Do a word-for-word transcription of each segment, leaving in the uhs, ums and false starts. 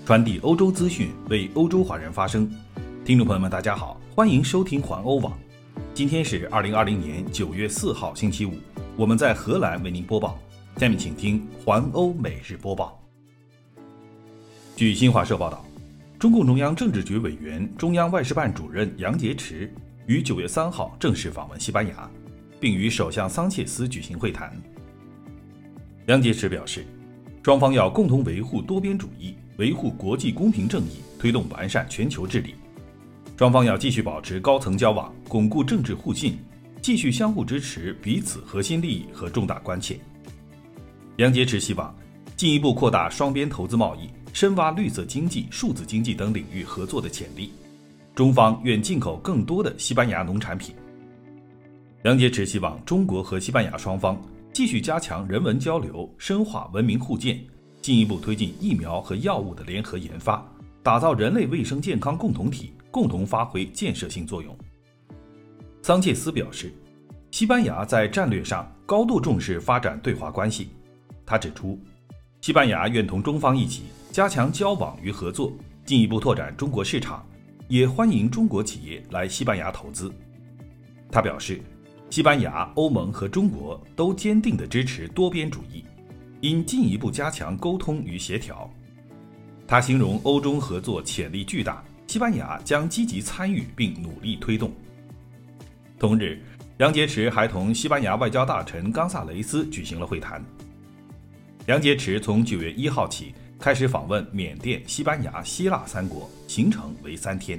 传递欧洲资讯，为欧洲华人发声。听众朋友们，大家好，欢迎收听环欧网。今天是二零二零年九月四号，星期五，我们在荷兰为您播报。下面请听环欧每日播报。据新华社报道，中共中央政治局委员、中央外事办主任杨洁篪于九月三号正式访问西班牙，并与首相桑切斯举行会谈。杨洁篪表示，双方要共同维护多边主义，维护国际公平正义，推动完善全球治理。双方要继续保持高层交往，巩固政治互信，继续相互支持彼此核心利益和重大关切。杨洁篪希望进一步扩大双边投资贸易，深挖绿色经济、数字经济等领域合作的潜力。中方愿进口更多的西班牙农产品。杨洁篪希望中国和西班牙双方继续加强人文交流，深化文明互鉴，进一步推进疫苗和药物的联合研发，打造人类卫生健康共同体，共同发挥建设性作用。桑切斯表示，西班牙在战略上高度重视发展对华关系。他指出，西班牙愿同中方一起加强交往与合作，进一步拓展中国市场，也欢迎中国企业来西班牙投资。他表示，西班牙、欧盟和中国都坚定地支持多边主义，应进一步加强沟通与协调。他形容欧中合作潜力巨大，西班牙将积极参与并努力推动。同日，杨洁篪还同西班牙外交大臣冈萨雷斯举行了会谈。杨洁篪从九月一号起开始访问缅甸、西班牙、希腊三国，行程为三天。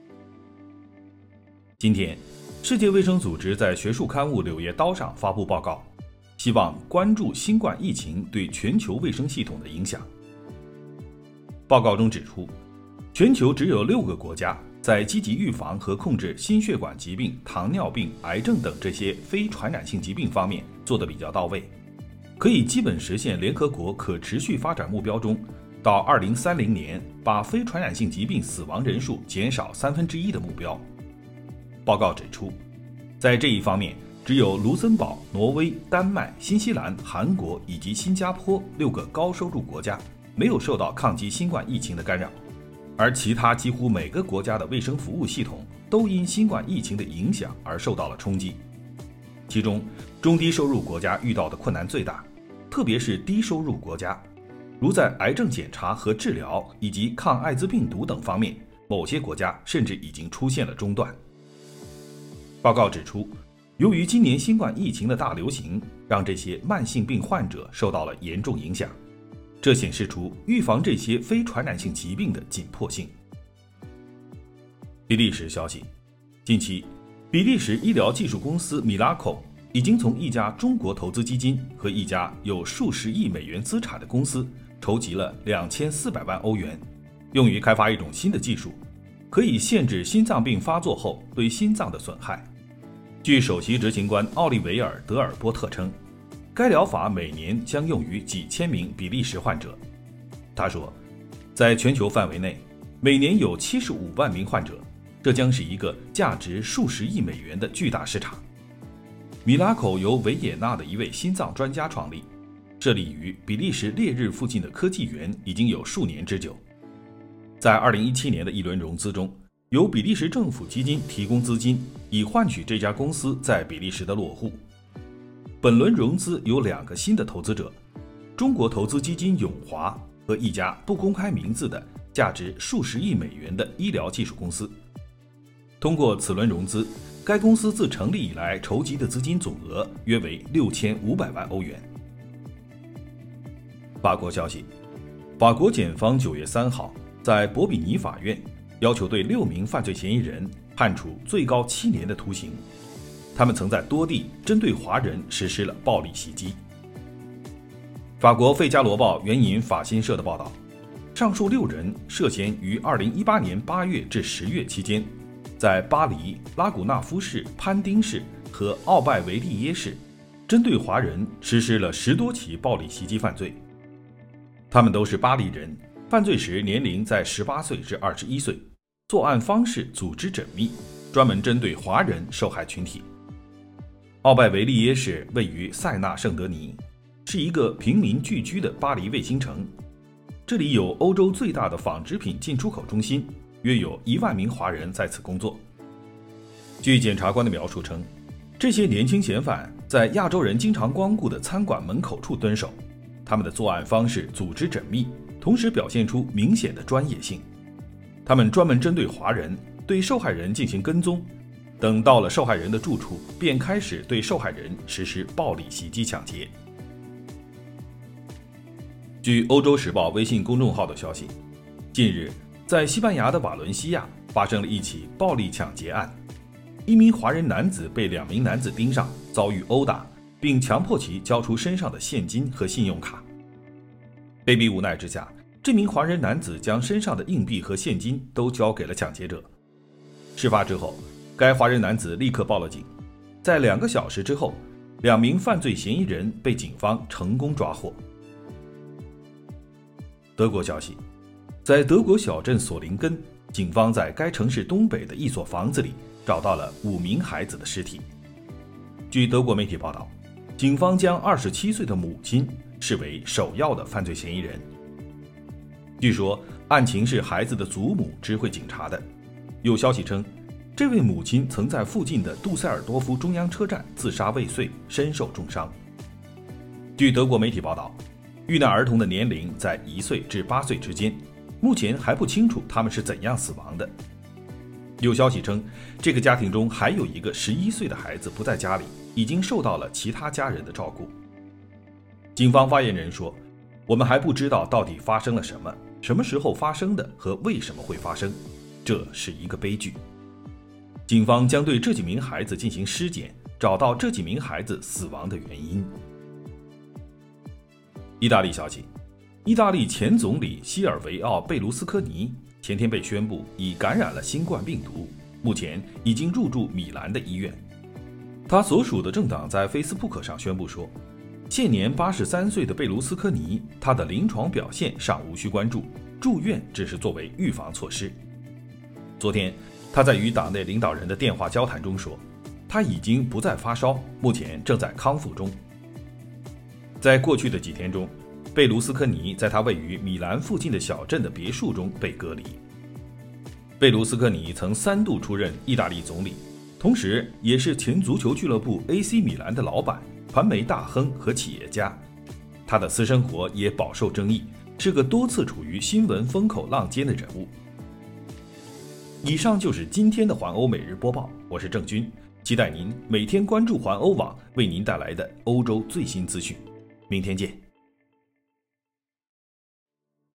今天，世界卫生组织在学术刊物《柳叶刀》上发布报告，希望关注新冠疫情对全球卫生系统的影响。报告中指出，全球只有六个国家在积极预防和控制心血管疾病、糖尿病、癌症等这些非传染性疾病方面做得比较到位，可以基本实现联合国可持续发展目标中到二零三零年把非传染性疾病死亡人数减少三分之一的目标。报告指出，在这一方面，只有卢森堡、挪威、丹麦、新西兰、韩国以及新加坡六个高收入国家没有受到抗击新冠疫情的干扰，而其他几乎每个国家的卫生服务系统都因新冠疫情的影响而受到了冲击。其中，中低收入国家遇到的困难最大，特别是低收入国家，如在癌症检查和治疗以及抗艾滋病毒等方面，某些国家甚至已经出现了中断。报告指出，由于今年新冠疫情的大流行，让这些慢性病患者受到了严重影响，这显示出预防这些非传染性疾病的紧迫性。比利时消息，近期，比利时医疗技术公司 Miracle 已经从一家中国投资基金和一家有数十亿美元资产的公司筹集了两千四百万欧元，用于开发一种新的技术，可以限制心脏病发作后对心脏的损害。据首席执行官奥利维尔·德尔波特称，该疗法每年将用于几千名比利时患者。他说，在全球范围内，每年有七十五万名患者，这将是一个价值数十亿美元的巨大市场。Miracle 由维也纳的一位心脏专家创立，设立于比利时烈日附近的科技园已经有数年之久。在二零一七年的一轮融资中，由比利时政府基金提供资金，以换取这家公司在比利时的落户。本轮融资有两个新的投资者，中国投资基金永华和一家不公开名字的价值数十亿美元的医疗技术公司。通过此轮融资，该公司自成立以来筹集的资金总额约为六千五百万欧元。法国消息，法国检方九月三号在博比尼法院要求对六名犯罪嫌疑人判处最高七年的徒刑，他们曾在多地针对华人实施了暴力袭击。法国《费加罗报》援引法新社的报道，上述六人涉嫌于二零一八年八月至十月期间，在巴黎、拉古纳夫市、潘丁市和奥拜维利耶市针对华人实施了十多起暴力袭击犯罪。他们都是巴黎人，犯罪时年龄在十八岁至二十一岁，作案方式组织缜密，专门针对华人受害群体。奥拜维利耶市位于塞纳圣德尼，是一个平民聚居的巴黎卫星城。 这里有欧洲最大的纺织品进出口中心，约有一万名华人在此工作。据检察官的描述称，这些年轻嫌犯在亚洲人经常光顾的餐馆门口处蹲守，他们的作案方式组织缜密，同时表现出明显的专业性。他们专门针对华人，对受害人进行跟踪，等到了受害人的住处，便开始对受害人实施暴力袭击抢劫。据欧洲时报微信公众号的消息，近日在西班牙的瓦伦西亚发生了一起暴力抢劫案，一名华人男子被两名男子盯上，遭遇殴打，并强迫其交出身上的现金和信用卡。被逼无奈之下，这名华人男子将身上的硬币和现金都交给了抢劫者。事发之后，该华人男子立刻报了警。在两个小时之后，两名犯罪嫌疑人被警方成功抓获。德国消息，在德国小镇索林根，警方在该城市东北的一所房子里找到了五名孩子的尸体。据德国媒体报道，警方将二十七岁的母亲视为首要的犯罪嫌疑人。据说案情是孩子的祖母知会警察的。有消息称，这位母亲曾在附近的杜塞尔多夫中央车站自杀未遂，身受重伤。据德国媒体报道，遇难儿童的年龄在一岁至八岁之间，目前还不清楚他们是怎样死亡的。有消息称，这个家庭中还有一个十一岁的孩子不在家里，已经受到了其他家人的照顾。警方发言人说，我们还不知道到底发生了什么，什么时候发生的和为什么会发生，这是一个悲剧。警方将对这几名孩子进行尸检，找到这几名孩子死亡的原因。意大利消息，意大利前总理西尔维奥·贝卢斯科尼前天被宣布已感染了新冠病毒，目前已经入住米兰的医院。他所属的政党在 Facebook 上宣布说，现年八十三岁的贝卢斯科尼，他的临床表现尚无需关注，住院只是作为预防措施。昨天，他在与党内领导人的电话交谈中说，他已经不再发烧，目前正在康复中。在过去的几天中，贝卢斯科尼在他位于米兰附近的小镇的别墅中被隔离。贝卢斯科尼曾三度出任意大利总理，同时也是前足球俱乐部 A C 米兰的老板、传媒大亨和企业家。他的私生活也饱受争议，是个多次处于新闻风口浪尖的人物。以上就是今天的环欧每日播报，我是郑军，期待您每天关注环欧网为您带来的欧洲最新资讯。明天见。